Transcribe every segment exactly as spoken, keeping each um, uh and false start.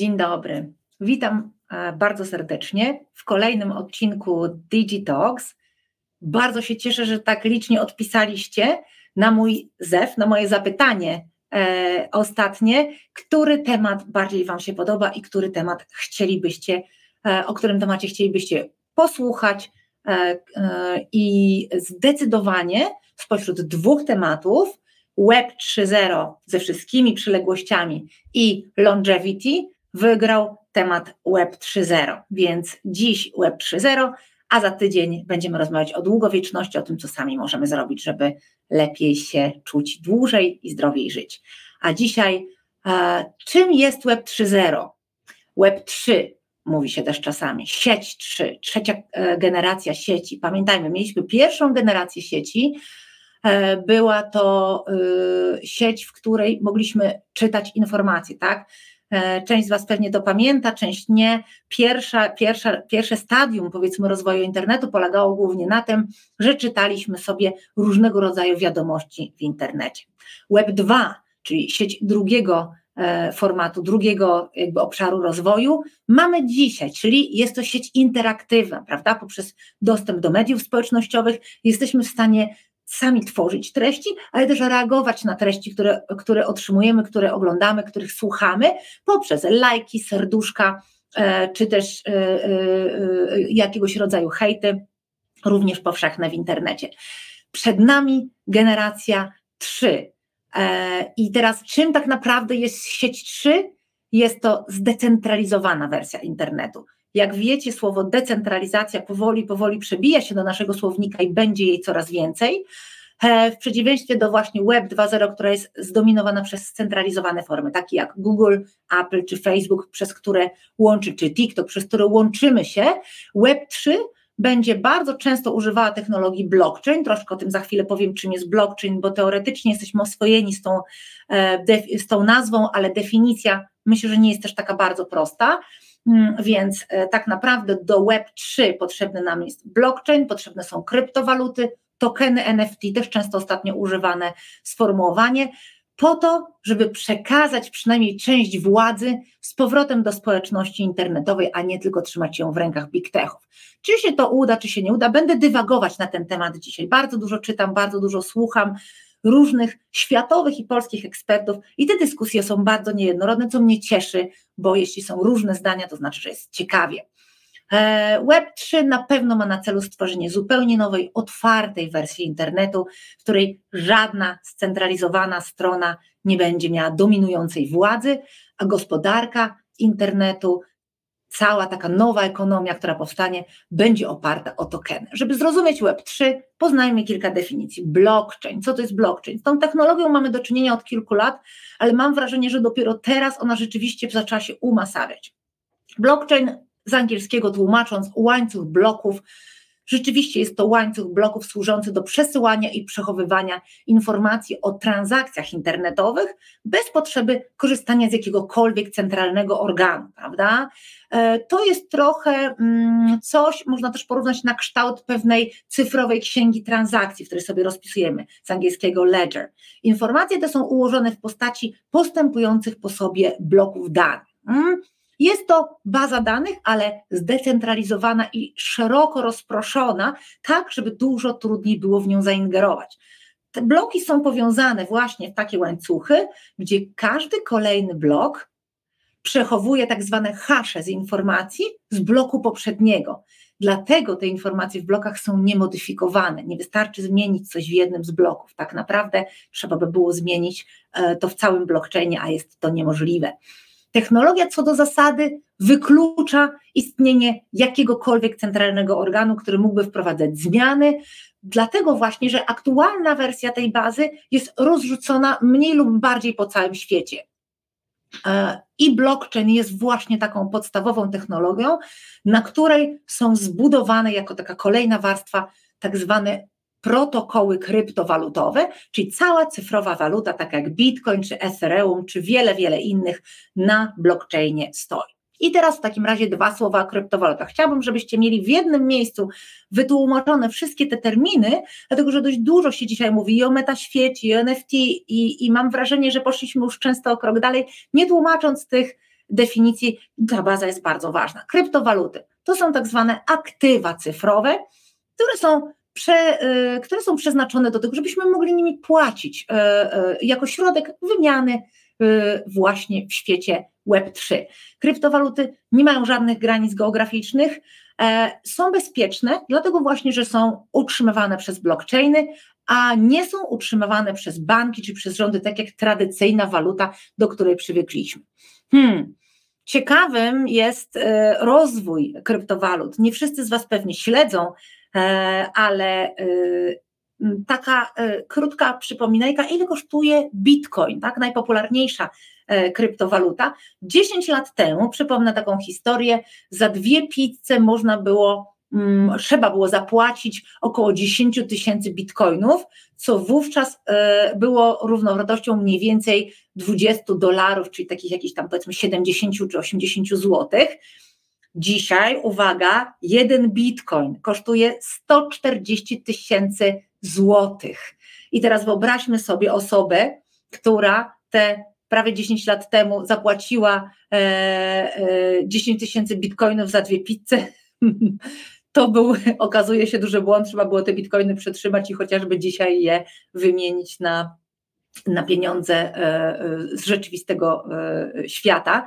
Dzień dobry, witam e, bardzo serdecznie w kolejnym odcinku DigiTalks. Bardzo się cieszę, że tak licznie odpisaliście na mój zew, na moje zapytanie e, ostatnie, który temat bardziej Wam się podoba i który temat chcielibyście, e, o którym temacie chcielibyście posłuchać e, e, i zdecydowanie spośród dwóch tematów Web trzy zero ze wszystkimi przyległościami i longevity wygrał temat Web trzy zero, więc dziś Web trzy zero, a za tydzień będziemy rozmawiać o długowieczności, o tym, co sami możemy zrobić, żeby lepiej się czuć dłużej i zdrowiej żyć. A dzisiaj e, czym jest Web trzy zero? Web trzy, mówi się też czasami, sieć trzy, trzecia e, generacja sieci. Pamiętajmy, mieliśmy pierwszą generację sieci, e, była to e, sieć, w której mogliśmy czytać informacje, tak? Część z Was pewnie to pamięta, część nie. Pierwsza, pierwsza, pierwsze stadium, powiedzmy, rozwoju internetu polegało głównie na tym, że czytaliśmy sobie różnego rodzaju wiadomości w internecie. Web dwa, czyli sieć drugiego e, formatu, drugiego jakby obszaru rozwoju, mamy dzisiaj, czyli jest to sieć interaktywna, prawda? Poprzez dostęp do mediów społecznościowych jesteśmy w stanie sami tworzyć treści, ale też reagować na treści, które, które otrzymujemy, które oglądamy, których słuchamy, poprzez lajki, serduszka, e, czy też e, e, jakiegoś rodzaju hejty, również powszechne w internecie. Przed nami generacja trzy. E, I teraz czym tak naprawdę jest sieć trzy? Jest to zdecentralizowana wersja internetu. Jak wiecie, słowo decentralizacja powoli, powoli przebija się do naszego słownika i będzie jej coraz więcej, w przeciwieństwie do właśnie Web dwa zero, która jest zdominowana przez scentralizowane formy, takie jak Google, Apple czy Facebook, przez które łączy, czy TikTok, przez które łączymy się. Web trzy będzie bardzo często używała technologii blockchain, troszkę o tym za chwilę powiem, czym jest blockchain, bo teoretycznie jesteśmy oswojeni z tą, z tą nazwą, ale definicja myślę, że nie jest też taka bardzo prosta. Więc tak naprawdę do Web trzy potrzebny nam jest blockchain, potrzebne są kryptowaluty, tokeny N F T, też często ostatnio używane sformułowanie, po to, żeby przekazać przynajmniej część władzy z powrotem do społeczności internetowej, a nie tylko trzymać ją w rękach big techów. Czy się to uda, czy się nie uda, będę dywagować na ten temat dzisiaj. Bardzo dużo czytam, bardzo dużo słucham różnych światowych i polskich ekspertów i te dyskusje są bardzo niejednorodne, co mnie cieszy, bo jeśli są różne zdania, to znaczy, że jest ciekawie. Web trzy na pewno ma na celu stworzenie zupełnie nowej, otwartej wersji internetu, w której żadna scentralizowana strona nie będzie miała dominującej władzy, a gospodarka internetu, cała taka nowa ekonomia, która powstanie, będzie oparta o tokeny. Żeby zrozumieć Web trzy, poznajmy kilka definicji. Blockchain. Co to jest blockchain? Z tą technologią mamy do czynienia od kilku lat, ale mam wrażenie, że dopiero teraz ona rzeczywiście zaczęła się umasawiać. Blockchain, z angielskiego tłumacząc, łańcuch bloków. Rzeczywiście jest to łańcuch bloków służący do przesyłania i przechowywania informacji o transakcjach internetowych bez potrzeby korzystania z jakiegokolwiek centralnego organu, prawda? To jest trochę coś, można też porównać na kształt pewnej cyfrowej księgi transakcji, w której sobie rozpisujemy, z angielskiego ledger. Informacje te są ułożone w postaci postępujących po sobie bloków danych. Jest to baza danych, ale zdecentralizowana i szeroko rozproszona, tak żeby dużo trudniej było w nią zaingerować. Te bloki są powiązane właśnie w takie łańcuchy, gdzie każdy kolejny blok przechowuje tak zwane hasze z informacji z bloku poprzedniego. Dlatego te informacje w blokach są niemodyfikowane. Nie wystarczy zmienić coś w jednym z bloków. Tak naprawdę trzeba by było zmienić to w całym blockchainie, a jest to niemożliwe. Technologia co do zasady wyklucza istnienie jakiegokolwiek centralnego organu, który mógłby wprowadzać zmiany, dlatego właśnie, że aktualna wersja tej bazy jest rozrzucona mniej lub bardziej po całym świecie. I blockchain jest właśnie taką podstawową technologią, na której są zbudowane jako taka kolejna warstwa tak zwane protokoły kryptowalutowe, czyli cała cyfrowa waluta, tak jak Bitcoin, czy Ethereum, czy wiele, wiele innych na blockchainie stoi. I teraz w takim razie dwa słowa o kryptowalutach. Chciałabym, żebyście mieli w jednym miejscu wytłumaczone wszystkie te terminy, dlatego że dość dużo się dzisiaj mówi i o metaświecie, i o N F T i, i mam wrażenie, że poszliśmy już często o krok dalej, nie tłumacząc tych definicji ta baza jest bardzo ważna. Kryptowaluty to są tak zwane aktywa cyfrowe, które są, prze, które są przeznaczone do tego, żebyśmy mogli nimi płacić jako środek wymiany właśnie w świecie web trzy. Kryptowaluty nie mają żadnych granic geograficznych, są bezpieczne, dlatego właśnie, że są utrzymywane przez blockchainy, a nie są utrzymywane przez banki czy przez rządy, tak jak tradycyjna waluta, do której przywykliśmy. Hmm. Ciekawym jest rozwój kryptowalut. Nie wszyscy z Was pewnie śledzą, ale taka krótka przypominajka, ile kosztuje Bitcoin, tak? Najpopularniejsza kryptowaluta. dziesięć lat temu, przypomnę taką historię, za dwie pizze można było, um, trzeba było zapłacić około dziesięć tysięcy bitcoinów, co wówczas e, było równowartością mniej więcej dwadzieścia dolarów, czyli takich jakichś tam powiedzmy siedemdziesiąt czy osiemdziesiąt złotych. Dzisiaj, uwaga, jeden bitcoin kosztuje sto czterdzieści tysięcy złotych. I teraz wyobraźmy sobie osobę, która te prawie dziesięć lat temu zapłaciła e, e, dziesięć tysięcy bitcoinów za dwie pizze. To był, okazuje się, duży błąd, trzeba było te bitcoiny przetrzymać i chociażby dzisiaj je wymienić na, na pieniądze e, e, z rzeczywistego e, świata.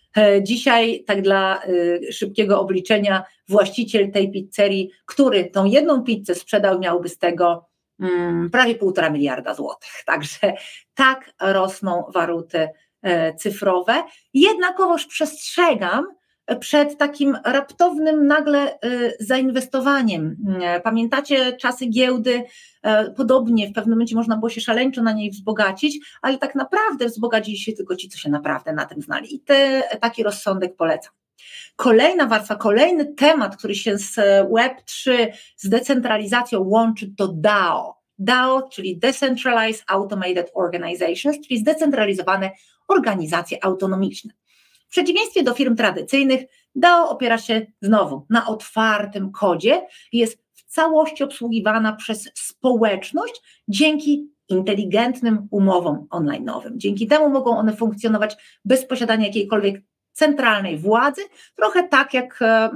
Dzisiaj, tak dla y, szybkiego obliczenia, właściciel tej pizzerii, który tą jedną pizzę sprzedał, miałby z tego mm, prawie półtora miliarda złotych. Także tak rosną waluty y, cyfrowe. Jednakowoż przestrzegam przed takim raptownym nagle y, zainwestowaniem. Y, pamiętacie czasy giełdy? Y, podobnie w pewnym momencie można było się szaleńczo na niej wzbogacić, ale tak naprawdę wzbogacili się tylko ci, co się naprawdę na tym znali. I te, taki rozsądek polecam. Kolejna warstwa, kolejny temat, który się z web trzy, z decentralizacją łączy, to D A O. D A O, czyli Decentralized Automated Organizations, czyli zdecentralizowane organizacje autonomiczne. W przeciwieństwie do firm tradycyjnych, D A O opiera się znowu na otwartym kodzie i jest w całości obsługiwana przez społeczność dzięki inteligentnym umowom online'owym. Dzięki temu mogą one funkcjonować bez posiadania jakiejkolwiek centralnej władzy, trochę tak jak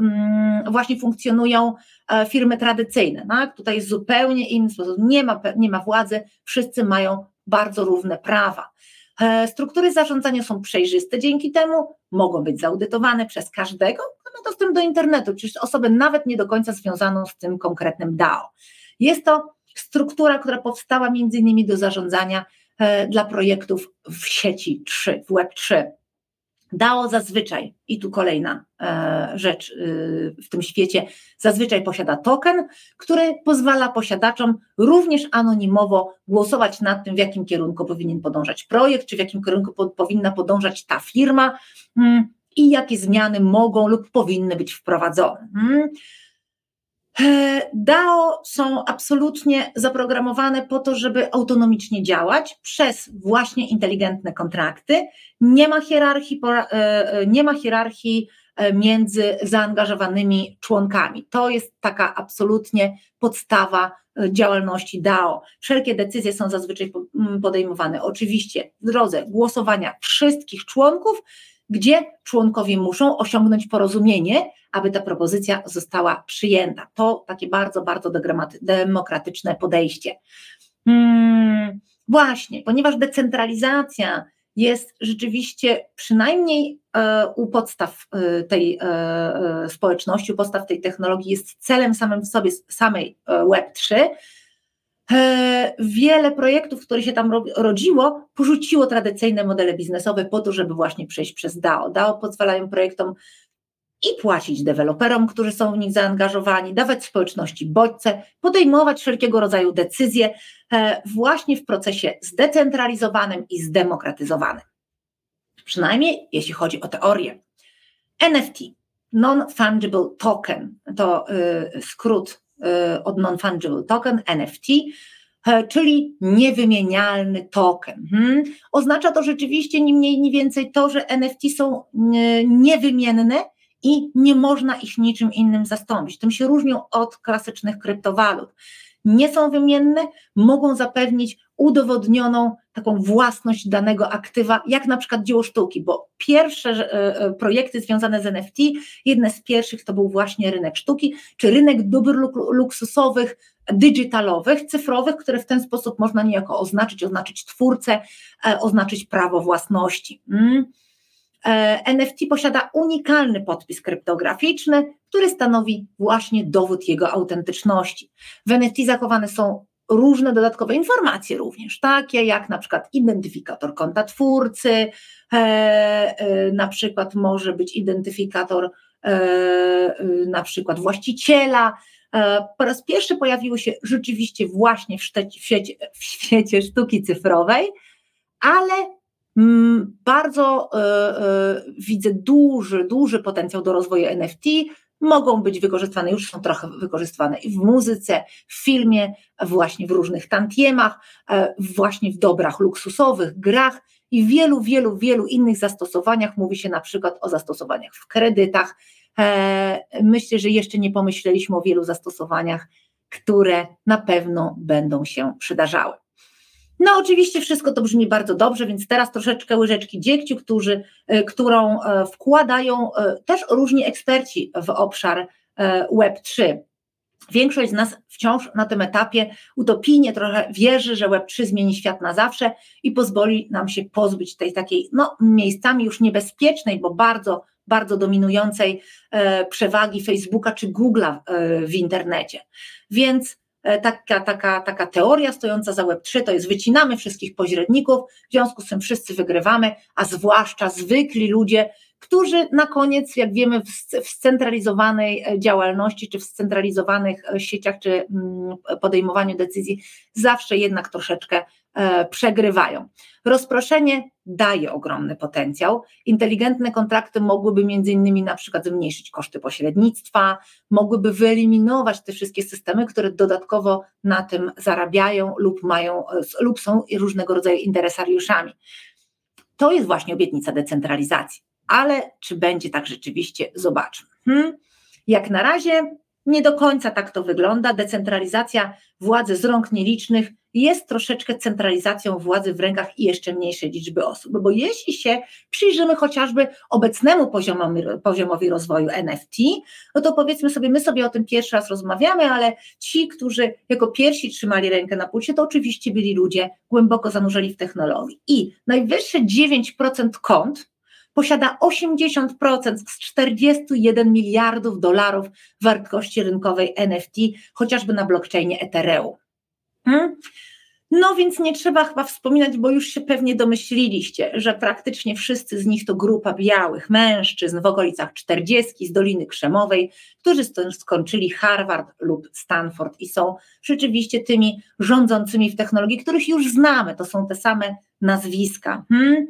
mm, właśnie funkcjonują e, firmy tradycyjne. Tak? Tutaj jest zupełnie inny sposób, nie ma, nie ma władzy, wszyscy mają bardzo równe prawa. Struktury zarządzania są przejrzyste, dzięki temu mogą być zaudytowane przez każdego, kto ma dostęp do internetu, czyli osobę nawet nie do końca związaną z tym konkretnym D A O. Jest to struktura, która powstała między innymi do zarządzania e, dla projektów w sieci trzy, w web trzy. D A O zazwyczaj, i tu kolejna e, rzecz e, w tym świecie, zazwyczaj posiada token, który pozwala posiadaczom również anonimowo głosować nad tym, w jakim kierunku powinien podążać projekt, czy w jakim kierunku po, powinna podążać ta firma mm, i jakie zmiany mogą lub powinny być wprowadzone. Mm. D A O są absolutnie zaprogramowane po to, żeby autonomicznie działać przez właśnie inteligentne kontrakty. Nie ma hierarchii, nie ma hierarchii między zaangażowanymi członkami. To jest taka absolutnie podstawa działalności D A O. Wszelkie decyzje są zazwyczaj podejmowane oczywiście w drodze głosowania wszystkich członków, gdzie członkowie muszą osiągnąć porozumienie, aby ta propozycja została przyjęta. To takie bardzo, bardzo demokratyczne podejście. Hmm, właśnie, ponieważ decentralizacja jest rzeczywiście przynajmniej e, u podstaw e, tej e, e, społeczności, u podstaw tej technologii jest celem samym w sobie, samej e, web trzy, wiele projektów, które się tam rodziło, porzuciło tradycyjne modele biznesowe po to, żeby właśnie przejść przez D A O. D A O pozwalają projektom i płacić deweloperom, którzy są w nich zaangażowani, dawać społeczności bodźce, podejmować wszelkiego rodzaju decyzje właśnie w procesie zdecentralizowanym i zdemokratyzowanym. Przynajmniej jeśli chodzi o teorię. N F T, Non-Fungible Token, to y, skrót y, od Non-Fungible Token, N F T, y, czyli niewymienialny token. Hmm. Oznacza to rzeczywiście ni mniej, ni więcej to, że N F T są y, niewymienne i nie można ich niczym innym zastąpić. Tym się różnią od klasycznych kryptowalut. nie są wymienne, mogą zapewnić udowodnioną taką własność danego aktywa, jak na przykład dzieło sztuki, bo pierwsze projekty związane z N F T, jedne z pierwszych to był właśnie rynek sztuki, czy rynek dóbr luksusowych, digitalowych, cyfrowych, które w ten sposób można niejako oznaczyć, oznaczyć twórcę, oznaczyć prawo własności. Mm. N F T posiada unikalny podpis kryptograficzny, który stanowi właśnie dowód jego autentyczności. W N F T zachowane są różne dodatkowe informacje również, takie jak na przykład identyfikator konta twórcy, e, e, na przykład może być identyfikator e, e, na przykład właściciela. E, po raz pierwszy pojawiły się rzeczywiście właśnie w, szteci, w, świecie, w świecie sztuki cyfrowej, ale mm, bardzo e, e, widzę duży, duży potencjał do rozwoju N F T. Mogą być wykorzystywane, już są trochę wykorzystywane i w muzyce, w filmie, właśnie w różnych tantiemach, właśnie w dobrach luksusowych, grach i w wielu, wielu, wielu innych zastosowaniach. Mówi się na przykład o zastosowaniach w kredytach. Myślę, że jeszcze nie pomyśleliśmy o wielu zastosowaniach, które na pewno będą się przydarzały. No oczywiście wszystko to brzmi bardzo dobrze, więc teraz troszeczkę łyżeczki dziegciu, którzy, którą wkładają też różni eksperci w obszar Web trzy. Większość z nas wciąż na tym etapie utopijnie trochę wierzy, że Web trzy zmieni świat na zawsze i pozwoli nam się pozbyć tej takiej, no miejscami już niebezpiecznej, bo bardzo, bardzo dominującej przewagi Facebooka czy Google'a w internecie. Więc Taka, taka, taka teoria stojąca za Web trzy to jest wycinamy wszystkich pośredników, w związku z tym wszyscy wygrywamy, a zwłaszcza zwykli ludzie, którzy na koniec, jak wiemy, w, w scentralizowanej działalności, czy w scentralizowanych sieciach, czy podejmowaniu decyzji zawsze jednak troszeczkę e, przegrywają. Rozproszenie daje ogromny potencjał. Inteligentne kontrakty mogłyby między innymi na przykład zmniejszyć koszty pośrednictwa, mogłyby wyeliminować te wszystkie systemy, które dodatkowo na tym zarabiają lub mają, lub są różnego rodzaju interesariuszami. To jest właśnie obietnica decentralizacji. Ale czy będzie tak rzeczywiście? Zobaczmy. Hmm? Jak na razie nie do końca tak to wygląda. Decentralizacja władzy z rąk nielicznych jest troszeczkę centralizacją władzy w rękach i jeszcze mniejszej liczby osób, bo jeśli się przyjrzymy chociażby obecnemu poziomowi, poziomowi rozwoju N F T, no to powiedzmy sobie, my sobie o tym pierwszy raz rozmawiamy, ale ci, którzy jako pierwsi trzymali rękę na pulsie, to oczywiście byli ludzie głęboko zanurzeni w technologii i najwyższe dziewięć procent kont posiada osiemdziesiąt procent z czterdziestu jeden miliardów dolarów wartości rynkowej N F T, chociażby na blockchainie Ethereum. Hmm? No więc nie trzeba chyba wspominać, bo już się pewnie domyśliliście, że praktycznie wszyscy z nich to grupa białych mężczyzn w okolicach czterdziestki z Doliny Krzemowej, którzy skończyli Harvard lub Stanford i są rzeczywiście tymi rządzącymi w technologii, których już znamy, to są te same nazwiska. Hmm?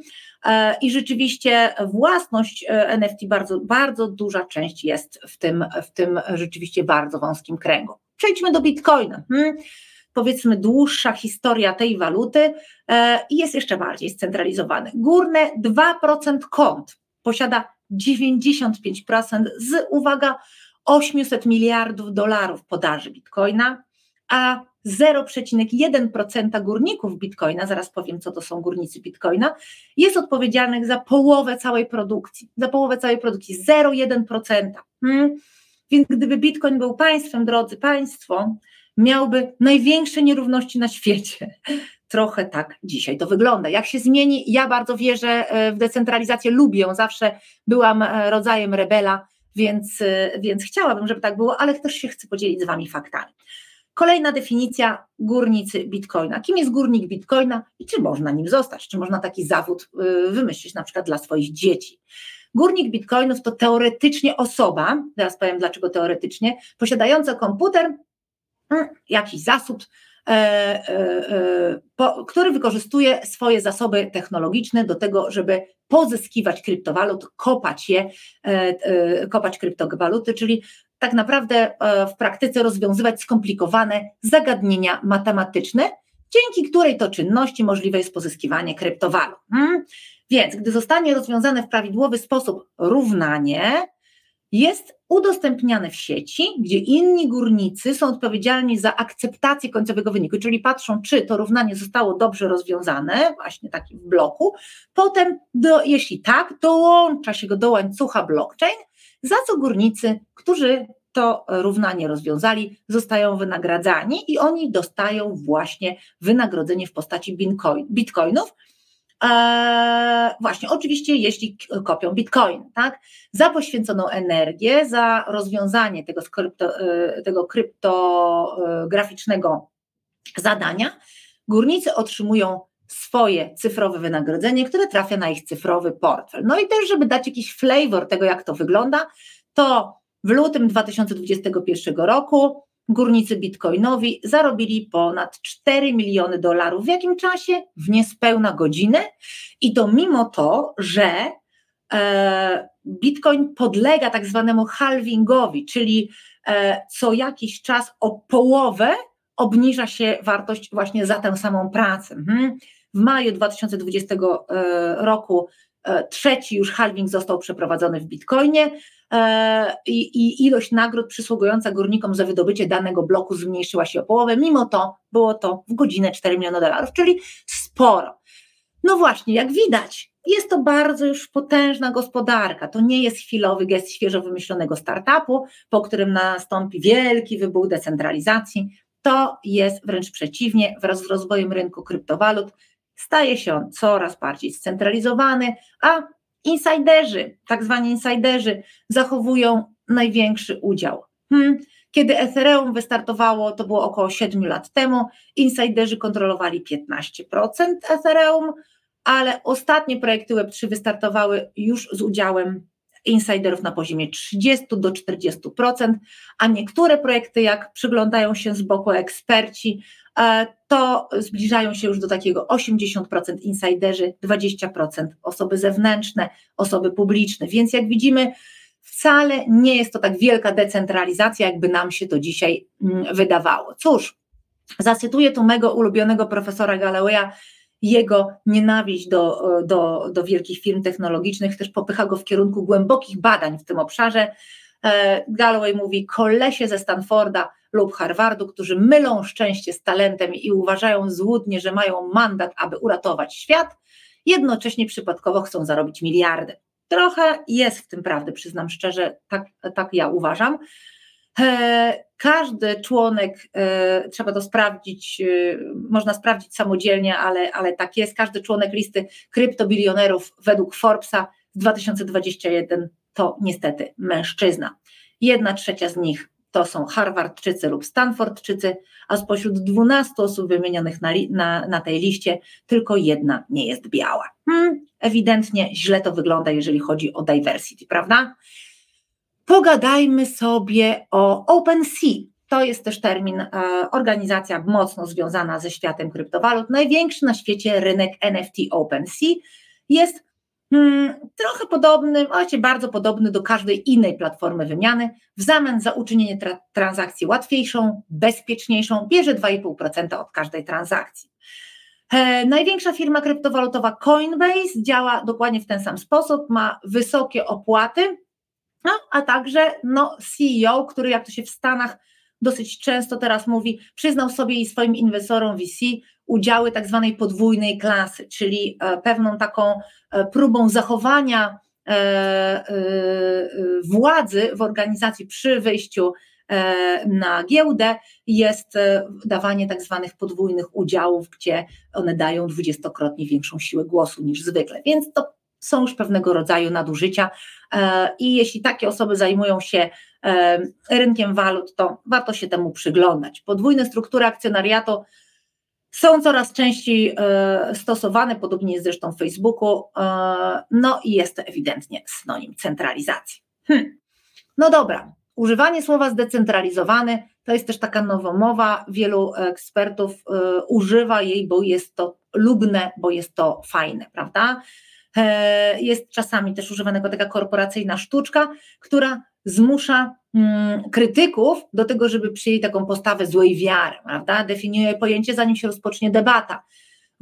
I rzeczywiście własność N F T, bardzo, bardzo duża część jest w tym, w tym rzeczywiście bardzo wąskim kręgu. Przejdźmy do Bitcoina. Hmm? Powiedzmy dłuższa historia tej waluty i jest jeszcze bardziej scentralizowany. Górne dwa procent kont posiada dziewięćdziesiąt pięć procent z, uwaga, osiemset miliardów dolarów podaży Bitcoina, a zero przecinek jeden procent górników Bitcoina, zaraz powiem, co to są górnicy Bitcoina, jest odpowiedzialnych za połowę całej produkcji, za połowę całej produkcji, zero przecinek jeden procent. Hmm? Więc gdyby Bitcoin był państwem, drodzy Państwo, miałby największe nierówności na świecie. Trochę tak dzisiaj to wygląda. Jak się zmieni, ja bardzo wierzę w decentralizację, lubię ją, zawsze byłam rodzajem rebela, więc, więc chciałabym, żeby tak było, ale też się chcę podzielić z Wami faktami. Kolejna definicja, górnicy Bitcoina. Kim jest górnik Bitcoina i czy można nim zostać? Czy można taki zawód wymyślić na przykład dla swoich dzieci? Górnik Bitcoinów to teoretycznie osoba, teraz powiem dlaczego teoretycznie, posiadająca komputer, jakiś zasób, e, e, e, po, który wykorzystuje swoje zasoby technologiczne do tego, żeby pozyskiwać kryptowalut, kopać je, e, e, kopać kryptowaluty, czyli tak naprawdę e, w praktyce rozwiązywać skomplikowane zagadnienia matematyczne, dzięki której to czynności możliwe jest pozyskiwanie kryptowalut. Hmm? Więc gdy zostanie rozwiązane w prawidłowy sposób równanie, jest udostępniane w sieci, gdzie inni górnicy są odpowiedzialni za akceptację końcowego wyniku, czyli patrzą, czy to równanie zostało dobrze rozwiązane, właśnie taki w bloku, potem, do, jeśli tak, dołącza się go do łańcucha blockchain, za co górnicy, którzy to równanie rozwiązali, zostają wynagradzani i oni dostają właśnie wynagrodzenie w postaci bitcoin, bitcoinów, Eee, właśnie, oczywiście jeśli kopią bitcoin, tak, za poświęconą energię, za rozwiązanie tego, krypto, tego kryptograficznego zadania, górnicy otrzymują swoje cyfrowe wynagrodzenie, które trafia na ich cyfrowy portfel. No i też, żeby dać jakiś flavor tego, jak to wygląda, to w lutym dwa tysiące dwudziestego pierwszego roku górnicy bitcoinowi zarobili ponad cztery miliony dolarów. W jakim czasie? W niespełna godzinę i to mimo to, że e, bitcoin podlega tak zwanemu halvingowi, czyli e, co jakiś czas o połowę obniża się wartość właśnie za tę samą pracę. Mhm. W maju dwa tysiące dwudziestego roku e, trzeci już halving został przeprowadzony w bitcoinie, I, i ilość nagród przysługująca górnikom za wydobycie danego bloku zmniejszyła się o połowę, mimo to było to w godzinę cztery miliony dolarów, czyli sporo. No właśnie, jak widać, jest to bardzo już potężna gospodarka, to nie jest chwilowy gest świeżo wymyślonego startupu, po którym nastąpi wielki wybuch decentralizacji, to jest wręcz przeciwnie, wraz z rozwojem rynku kryptowalut staje się on coraz bardziej scentralizowany, a insiderzy, tak zwani insiderzy zachowują największy udział. Hmm. Kiedy Ethereum wystartowało, to było około siedmiu lat temu, insiderzy kontrolowali piętnaście procent Ethereum, ale ostatnie projekty web trzy wystartowały już z udziałem insiderów na poziomie trzydzieści do czterdziestu procent, a niektóre projekty, jak przyglądają się z boku eksperci, to zbliżają się już do takiego osiemdziesiąt procent insiderzy, dwadzieścia procent osoby zewnętrzne, osoby publiczne, więc jak widzimy, wcale nie jest to tak wielka decentralizacja, jakby nam się to dzisiaj wydawało. Cóż, zacytuję tu mego ulubionego profesora Gallewa'a, jego nienawiść do, do, do wielkich firm technologicznych też popycha go w kierunku głębokich badań w tym obszarze. Galloway mówi, kolesie ze Stanforda lub Harvardu, którzy mylą szczęście z talentem i uważają złudnie, że mają mandat, aby uratować świat, jednocześnie przypadkowo chcą zarobić miliardy. Trochę jest w tym prawdy, przyznam szczerze, tak, tak ja uważam. Każdy członek, trzeba to sprawdzić, można sprawdzić samodzielnie, ale, ale tak jest, każdy członek listy kryptobilionerów według Forbesa z dwa tysiące dwudziestego pierwszego to niestety mężczyzna. Jedna trzecia z nich to są Harvardczycy lub Stanfordczycy, a spośród dwunastu osób wymienionych na, na, na tej liście tylko jedna nie jest biała. Hmm, ewidentnie źle to wygląda, jeżeli chodzi o diversity, prawda? Pogadajmy sobie o OpenSea. To jest też termin, e, organizacja mocno związana ze światem kryptowalut. Największy na świecie rynek N F T OpenSea jest hmm, trochę podobny, właściwie bardzo podobny do każdej innej platformy wymiany. W zamian za uczynienie tra- transakcji łatwiejszą, bezpieczniejszą, bierze dwa i pół procent od każdej transakcji. E, największa firma kryptowalutowa Coinbase działa dokładnie w ten sam sposób, ma wysokie opłaty, no, a także no, C E O, który jak to się w Stanach dosyć często teraz mówi, przyznał sobie i swoim inwestorom V C udziały tak zwanej podwójnej klasy, czyli e, pewną taką e, próbą zachowania e, e, władzy w organizacji przy wyjściu e, na giełdę jest e, dawanie tak zwanych podwójnych udziałów, gdzie one dają dwudziestokrotnie większą siłę głosu niż zwykle, więc to są już pewnego rodzaju nadużycia i jeśli takie osoby zajmują się rynkiem walut, to warto się temu przyglądać. Podwójne struktury akcjonariatu są coraz częściej stosowane, podobnie jest zresztą w Facebooku, no i jest to ewidentnie synonim centralizacji. Hmm. No dobra, używanie słowa zdecentralizowany to jest też taka nowomowa, wielu ekspertów używa jej, bo jest to lubne, bo jest to fajne, prawda? Jest czasami też używana jako taka korporacyjna sztuczka, która zmusza mm, krytyków do tego, żeby przyjęli taką postawę złej wiary, prawda? Definiuje pojęcie, zanim się rozpocznie debata.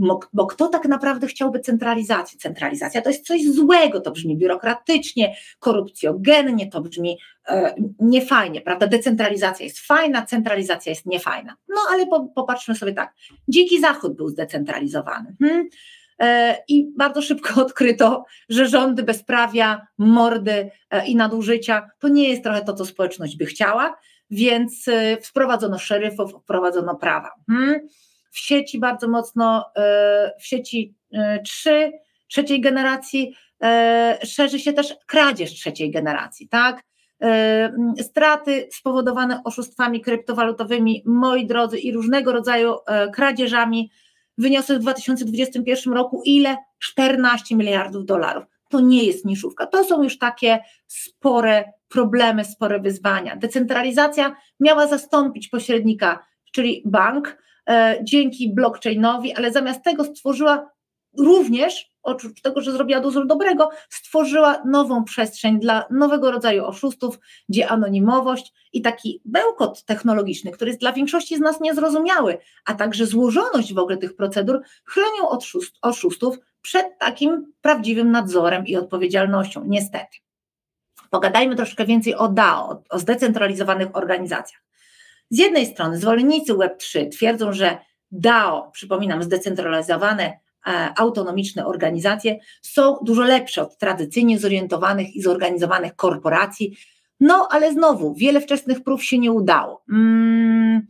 bo kto tak naprawdę chciałby centralizacji? Centralizacja to jest coś złego, to brzmi biurokratycznie, korupcjogennie, to brzmi e, niefajnie, prawda? Decentralizacja jest fajna, centralizacja jest niefajna. No ale po, popatrzmy sobie tak, Dziki Zachód był zdecentralizowany. Hmm? I bardzo szybko odkryto, że rządy bezprawia, mordy i nadużycia to nie jest trochę to, co społeczność by chciała, więc wprowadzono szeryfów, wprowadzono prawa. W sieci bardzo mocno, w sieci trzy, trzeciej generacji szerzy się też kradzież trzeciej generacji, tak? Straty spowodowane oszustwami kryptowalutowymi, moi drodzy, i różnego rodzaju kradzieżami wyniosły w dwa tysiące dwudziestym pierwszym roku ile? czternaście miliardów dolarów. To nie jest niszówka, to są już takie spore problemy, spore wyzwania. Decentralizacja miała zastąpić pośrednika, czyli bank, e, dzięki blockchainowi, ale zamiast tego stworzyła również, oprócz tego, że zrobiła dużo dobrego, stworzyła nową przestrzeń dla nowego rodzaju oszustów, gdzie anonimowość i taki bełkot technologiczny, który jest dla większości z nas niezrozumiały, a także złożoność w ogóle tych procedur chronią od oszustów przed takim prawdziwym nadzorem i odpowiedzialnością, niestety. Pogadajmy troszkę więcej o D A O, o zdecentralizowanych organizacjach. Z jednej strony zwolennicy web trzy twierdzą, że D A O, przypominam, zdecentralizowane autonomiczne organizacje są dużo lepsze od tradycyjnie zorientowanych i zorganizowanych korporacji, no ale znowu wiele wczesnych prób się nie udało. Hmm.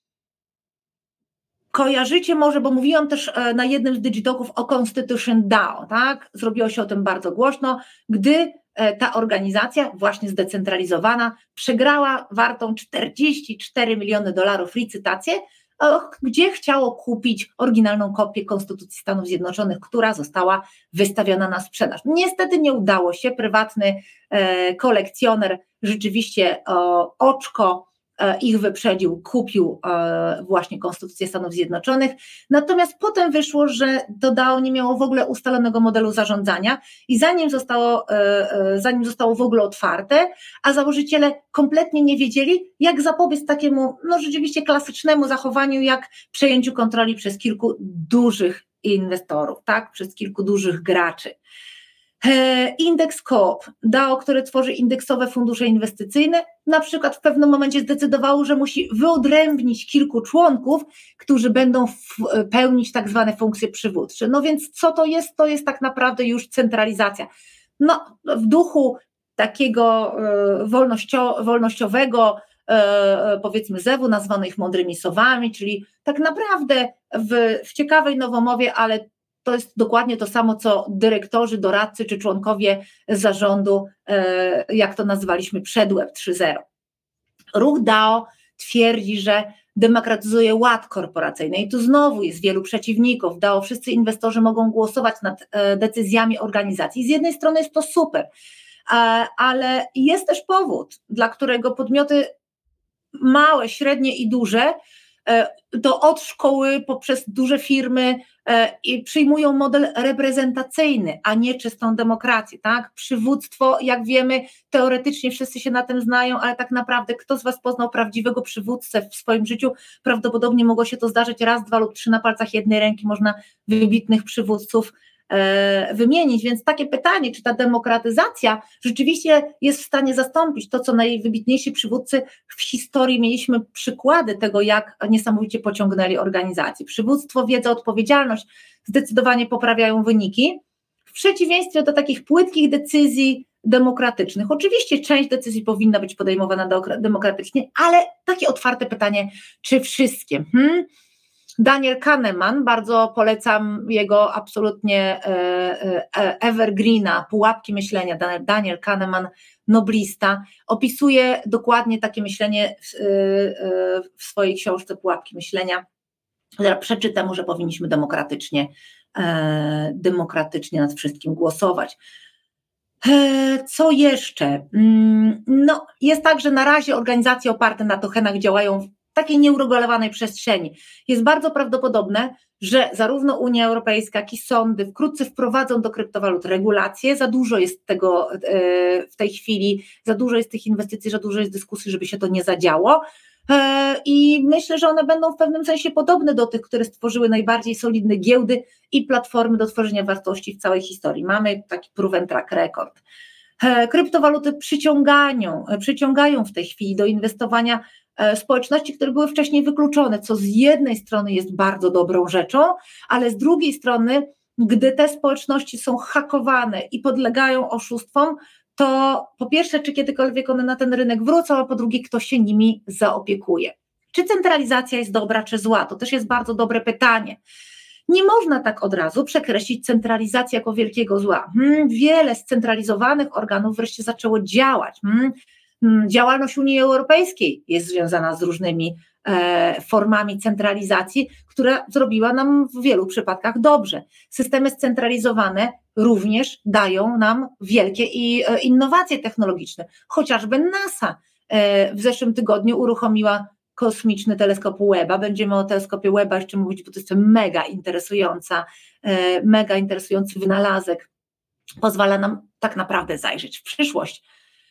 Kojarzycie może, bo mówiłam też na jednym z Digitoków o Constitution D A O, tak? Zrobiło się o tym bardzo głośno, gdy ta organizacja właśnie zdecentralizowana przegrała wartą czterdzieści cztery miliony dolarów licytację, gdzie chciało kupić oryginalną kopię Konstytucji Stanów Zjednoczonych, która została wystawiona na sprzedaż. Niestety nie udało się, prywatny e, kolekcjoner rzeczywiście o, oczko e, ich wyprzedził, kupił e, właśnie Konstytucję Stanów Zjednoczonych, natomiast potem wyszło, że to D A O nie miało w ogóle ustalonego modelu zarządzania i zanim zostało, e, e, zanim zostało w ogóle otwarte, a założyciele kompletnie nie wiedzieli, jak zapobiec takiemu, no rzeczywiście klasycznemu zachowaniu, jak przejęciu kontroli przez kilku dużych inwestorów, tak, przez kilku dużych graczy. Indeks Coop, D A O, które tworzy indeksowe fundusze inwestycyjne, na przykład w pewnym momencie zdecydowało, że musi wyodrębnić kilku członków, którzy będą pełnić tak zwane funkcje przywódcze. No więc co to jest? To jest tak naprawdę już centralizacja. No w duchu takiego wolnościo, wolnościowego, powiedzmy zewu, nazwano ich mądrymi sowami, czyli tak naprawdę w, w ciekawej nowomowie, ale to jest dokładnie to samo, co dyrektorzy, doradcy czy członkowie zarządu, jak to nazwaliśmy, przed web trzy zero. Ruch D A O twierdzi, że demokratyzuje ład korporacyjny i tu znowu jest wielu przeciwników. D A O, wszyscy inwestorzy mogą głosować nad decyzjami organizacji. Z jednej strony jest to super, ale jest też powód, dla którego podmioty małe, średnie i duże, to od szkoły poprzez duże firmy i przyjmują model reprezentacyjny, a nie czystą demokrację, tak? Przywództwo, jak wiemy, teoretycznie wszyscy się na tym znają, ale tak naprawdę kto z Was poznał prawdziwego przywódcę w swoim życiu? Prawdopodobnie mogło się to zdarzyć raz, dwa lub trzy na palcach jednej ręki, można wybitnych przywódców wymienić, więc takie pytanie, czy ta demokratyzacja rzeczywiście jest w stanie zastąpić to, co najwybitniejsi przywódcy w historii mieliśmy przykłady tego, jak niesamowicie pociągnęli organizację. Przywództwo, wiedza, odpowiedzialność zdecydowanie poprawiają wyniki, w przeciwieństwie do takich płytkich decyzji demokratycznych. Oczywiście część decyzji powinna być podejmowana demokratycznie, ale takie otwarte pytanie, czy wszystkie? Hmm? Daniel Kahneman, bardzo polecam jego absolutnie evergreena, pułapki myślenia, Daniel Kahneman, noblista, opisuje dokładnie takie myślenie w, w swojej książce Pułapki myślenia. Przeczytam mu, że powinniśmy demokratycznie, demokratycznie nad wszystkim głosować. Co jeszcze? No, jest tak, że na razie organizacje oparte na tokenach działają w takiej nieuregulowanej przestrzeni. Jest bardzo prawdopodobne, że zarówno Unia Europejska, jak i sądy wkrótce wprowadzą do kryptowalut regulacje. Za dużo jest tego w tej chwili, za dużo jest tych inwestycji, za dużo jest dyskusji, żeby się to nie zadziało. I myślę, że one będą w pewnym sensie podobne do tych, które stworzyły najbardziej solidne giełdy i platformy do tworzenia wartości w całej historii. Mamy taki proven track record. Kryptowaluty przyciągają, przyciągają w tej chwili do inwestowania społeczności, które były wcześniej wykluczone, co z jednej strony jest bardzo dobrą rzeczą, ale z drugiej strony, gdy te społeczności są hakowane i podlegają oszustwom, to po pierwsze, czy kiedykolwiek one na ten rynek wrócą, a po drugie, kto się nimi zaopiekuje. Czy centralizacja jest dobra, czy zła? To też jest bardzo dobre pytanie. Nie można tak od razu przekreślić centralizacji jako wielkiego zła. Hmm, wiele scentralizowanych organów wreszcie zaczęło działać. Hmm, hmm, działalność Unii Europejskiej jest związana z różnymi e, formami centralizacji, która zrobiła nam w wielu przypadkach dobrze. Systemy scentralizowane również dają nam wielkie i, e, innowacje technologiczne. Chociażby NASA e, w zeszłym tygodniu uruchomiła kosmiczny teleskop Webba. Będziemy o teleskopie Webba jeszcze mówić, bo to jest mega interesująca, mega interesujący wynalazek. Pozwala nam tak naprawdę zajrzeć w przyszłość.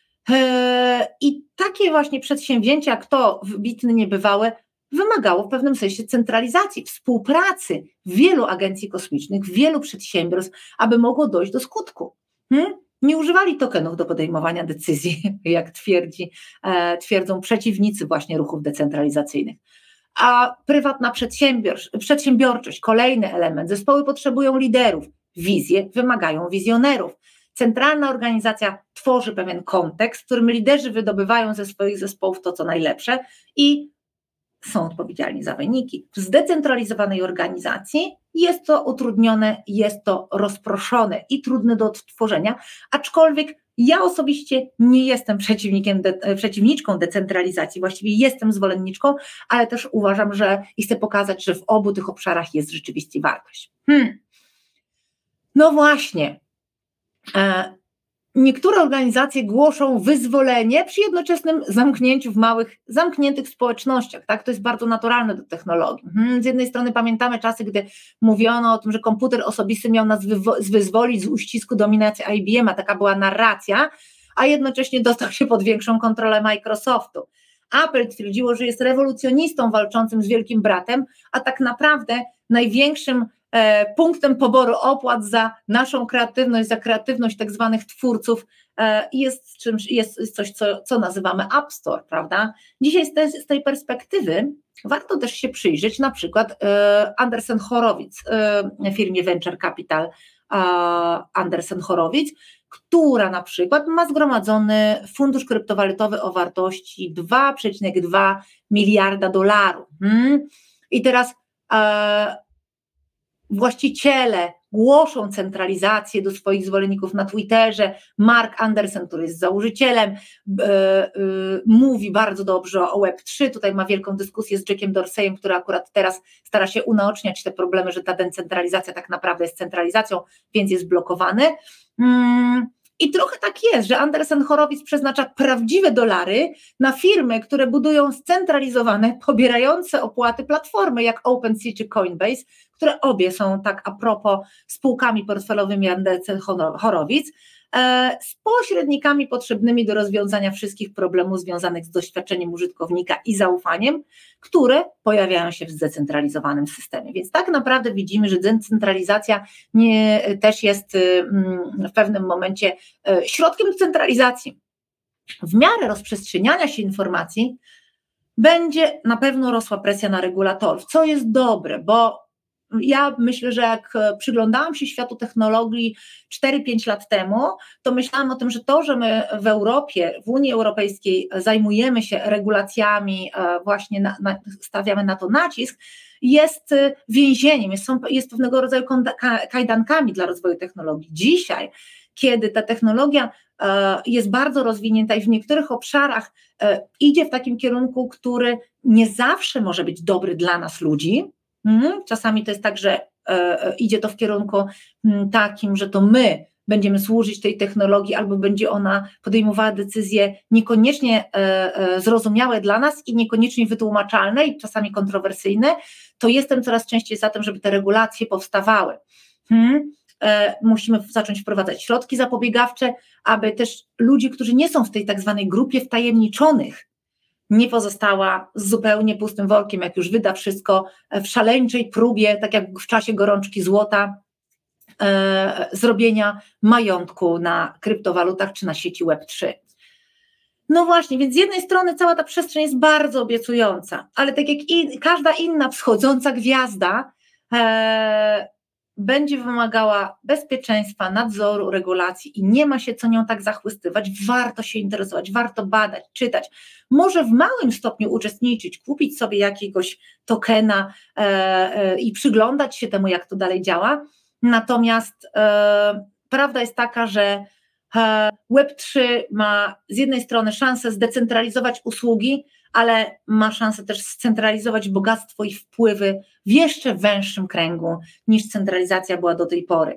I takie właśnie przedsięwzięcia, jak to wybitne niebywałe, wymagało w pewnym sensie centralizacji, współpracy wielu agencji kosmicznych, wielu przedsiębiorstw, aby mogło dojść do skutku. Hmm? Nie używali tokenów do podejmowania decyzji, jak twierdzi, e, twierdzą przeciwnicy właśnie ruchów decentralizacyjnych. A prywatna przedsiębiorczość, kolejny element. Zespoły potrzebują liderów, wizje wymagają wizjonerów. Centralna organizacja tworzy pewien kontekst, w którym liderzy wydobywają ze swoich zespołów to, co najlepsze i są odpowiedzialni za wyniki. W zdecentralizowanej organizacji jest to utrudnione, jest to rozproszone i trudne do odtworzenia, aczkolwiek ja osobiście nie jestem przeciwnikiem, de, przeciwniczką decentralizacji, właściwie jestem zwolenniczką, ale też uważam, że i chcę pokazać, że w obu tych obszarach jest rzeczywiście wartość. Hmm. No właśnie, e, niektóre organizacje głoszą wyzwolenie przy jednoczesnym zamknięciu w małych, zamkniętych społecznościach. Tak? To jest bardzo naturalne do technologii. Z jednej strony pamiętamy czasy, gdy mówiono o tym, że komputer osobisty miał nas wyzwolić z uścisku dominacji I B M, a taka była narracja, a jednocześnie dostał się pod większą kontrolę Microsoftu. Apple twierdziło, że jest rewolucjonistą walczącym z wielkim bratem, a tak naprawdę największym punktem poboru opłat za naszą kreatywność, za kreatywność tak zwanych twórców jest, czymś, jest coś, co, co nazywamy App Store, prawda? Dzisiaj z tej, z tej perspektywy warto też się przyjrzeć na przykład Andreessen Horowitz, firmie Venture Capital Andreessen Horowitz, która na przykład ma zgromadzony fundusz kryptowalutowy o wartości dwa przecinek dwa miliarda dolarów. Hmm? I teraz właściciele głoszą centralizację do swoich zwolenników na Twitterze. Mark Anderson, który jest założycielem, yy, yy, mówi bardzo dobrze o Web trzy, tutaj ma wielką dyskusję z Jackiem Dorseyem, który akurat teraz stara się unaoczniać te problemy, że ta decentralizacja tak naprawdę jest centralizacją, więc jest blokowany. Yy. I trochę tak jest, że Andreessen Horowitz przeznacza prawdziwe dolary na firmy, które budują scentralizowane, pobierające opłaty platformy jak OpenSea czy Coinbase, które obie są tak a propos spółkami portfelowymi Andreessen Horowitz, e, z pośrednikami potrzebnymi do rozwiązania wszystkich problemów związanych z doświadczeniem użytkownika i zaufaniem, które pojawiają się w zdecentralizowanym systemie. Więc tak naprawdę widzimy, że decentralizacja nie, też jest mm, w pewnym momencie e, środkiem centralizacji. W miarę rozprzestrzeniania się informacji będzie na pewno rosła presja na regulatorów, co jest dobre, bo ja myślę, że jak przyglądałam się światu technologii cztery pięć lat temu, to myślałam o tym, że to, że my w Europie, w Unii Europejskiej zajmujemy się regulacjami, właśnie na, na, stawiamy na to nacisk, jest więzieniem, jest, są, jest pewnego rodzaju kajdankami dla rozwoju technologii. Dzisiaj, kiedy ta technologia jest bardzo rozwinięta i w niektórych obszarach idzie w takim kierunku, który nie zawsze może być dobry dla nas ludzi. Czasami to jest tak, że idzie to w kierunku takim, że to my będziemy służyć tej technologii albo będzie ona podejmowała decyzje niekoniecznie zrozumiałe dla nas i niekoniecznie wytłumaczalne i czasami kontrowersyjne, to jestem coraz częściej za tym, żeby te regulacje powstawały. Hmm? Musimy zacząć wprowadzać środki zapobiegawcze, aby też ludzie, którzy nie są w tej tak zwanej grupie wtajemniczonych, nie pozostała zupełnie pustym workiem, jak już wyda wszystko w szaleńczej próbie, tak jak w czasie gorączki złota, e, zrobienia majątku na kryptowalutach czy na sieci web trzy. No właśnie, więc z jednej strony cała ta przestrzeń jest bardzo obiecująca, ale tak jak i każda inna wschodząca gwiazda, e, będzie wymagała bezpieczeństwa, nadzoru, regulacji i nie ma się co nią tak zachwystywać. Warto się interesować, warto badać, czytać, może w małym stopniu uczestniczyć, kupić sobie jakiegoś tokena e, e, i przyglądać się temu, jak to dalej działa. Natomiast e, prawda jest taka, że web trzy ma z jednej strony szansę zdecentralizować usługi, ale ma szansę też scentralizować bogactwo i wpływy w jeszcze węższym kręgu niż centralizacja była do tej pory.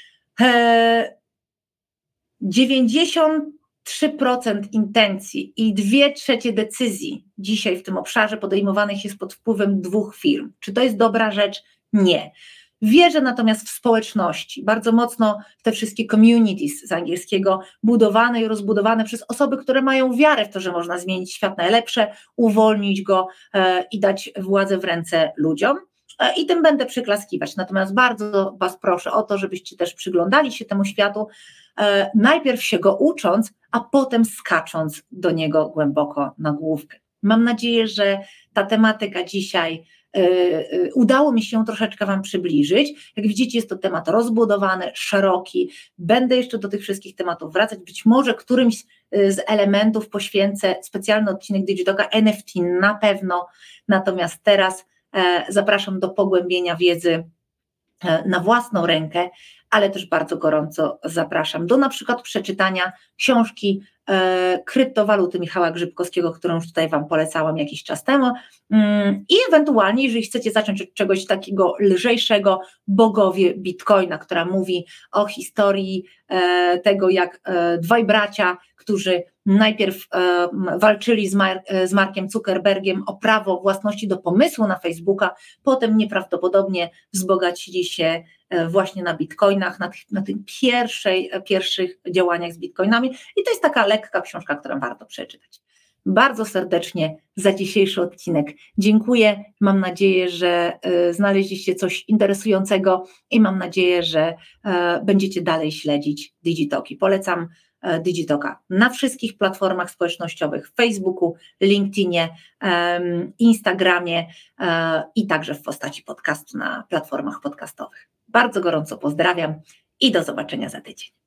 dziewięćdziesiąt trzy procent intencji i dwie trzecie decyzji dzisiaj w tym obszarze podejmowanych jest pod wpływem dwóch firm. Czy to jest dobra rzecz? Nie. Wierzę natomiast w społeczności, bardzo mocno w te wszystkie communities z angielskiego, budowane i rozbudowane przez osoby, które mają wiarę w to, że można zmienić świat na lepsze, uwolnić go e, i dać władzę w ręce ludziom. E, I tym będę przyklaskiwać. Natomiast bardzo Was proszę o to, żebyście też przyglądali się temu światu, e, najpierw się go ucząc, a potem skacząc do niego głęboko na główkę. Mam nadzieję, że ta tematyka dzisiaj udało mi się troszeczkę Wam przybliżyć. Jak widzicie, jest to temat rozbudowany, szeroki. Będę jeszcze do tych wszystkich tematów wracać. Być może którymś z elementów poświęcę specjalny odcinek Digitoka N F T na pewno. Natomiast teraz zapraszam do pogłębienia wiedzy na własną rękę, ale też bardzo gorąco zapraszam do na przykład przeczytania książki e, Kryptowaluty Michała Grzybkowskiego, którą już tutaj Wam polecałam jakiś czas temu mm, i ewentualnie, jeżeli chcecie zacząć od czegoś takiego lżejszego, Bogowie Bitcoina, która mówi o historii e, tego, jak e, dwaj bracia, którzy najpierw e, walczyli z, Mar- z Markiem Zuckerbergiem o prawo własności do pomysłu na Facebooka, potem nieprawdopodobnie wzbogacili się właśnie na bitcoinach, na tych, na tych pierwszej, pierwszych działaniach z bitcoinami i to jest taka lekka książka, którą warto przeczytać. Bardzo serdecznie za dzisiejszy odcinek dziękuję, mam nadzieję, że y, znaleźliście coś interesującego i mam nadzieję, że y, będziecie dalej śledzić Digitoki. Polecam y, Digitoka na wszystkich platformach społecznościowych, Facebooku, LinkedInie, y, Instagramie y, i także w postaci podcastu na platformach podcastowych. Bardzo gorąco pozdrawiam i do zobaczenia za tydzień.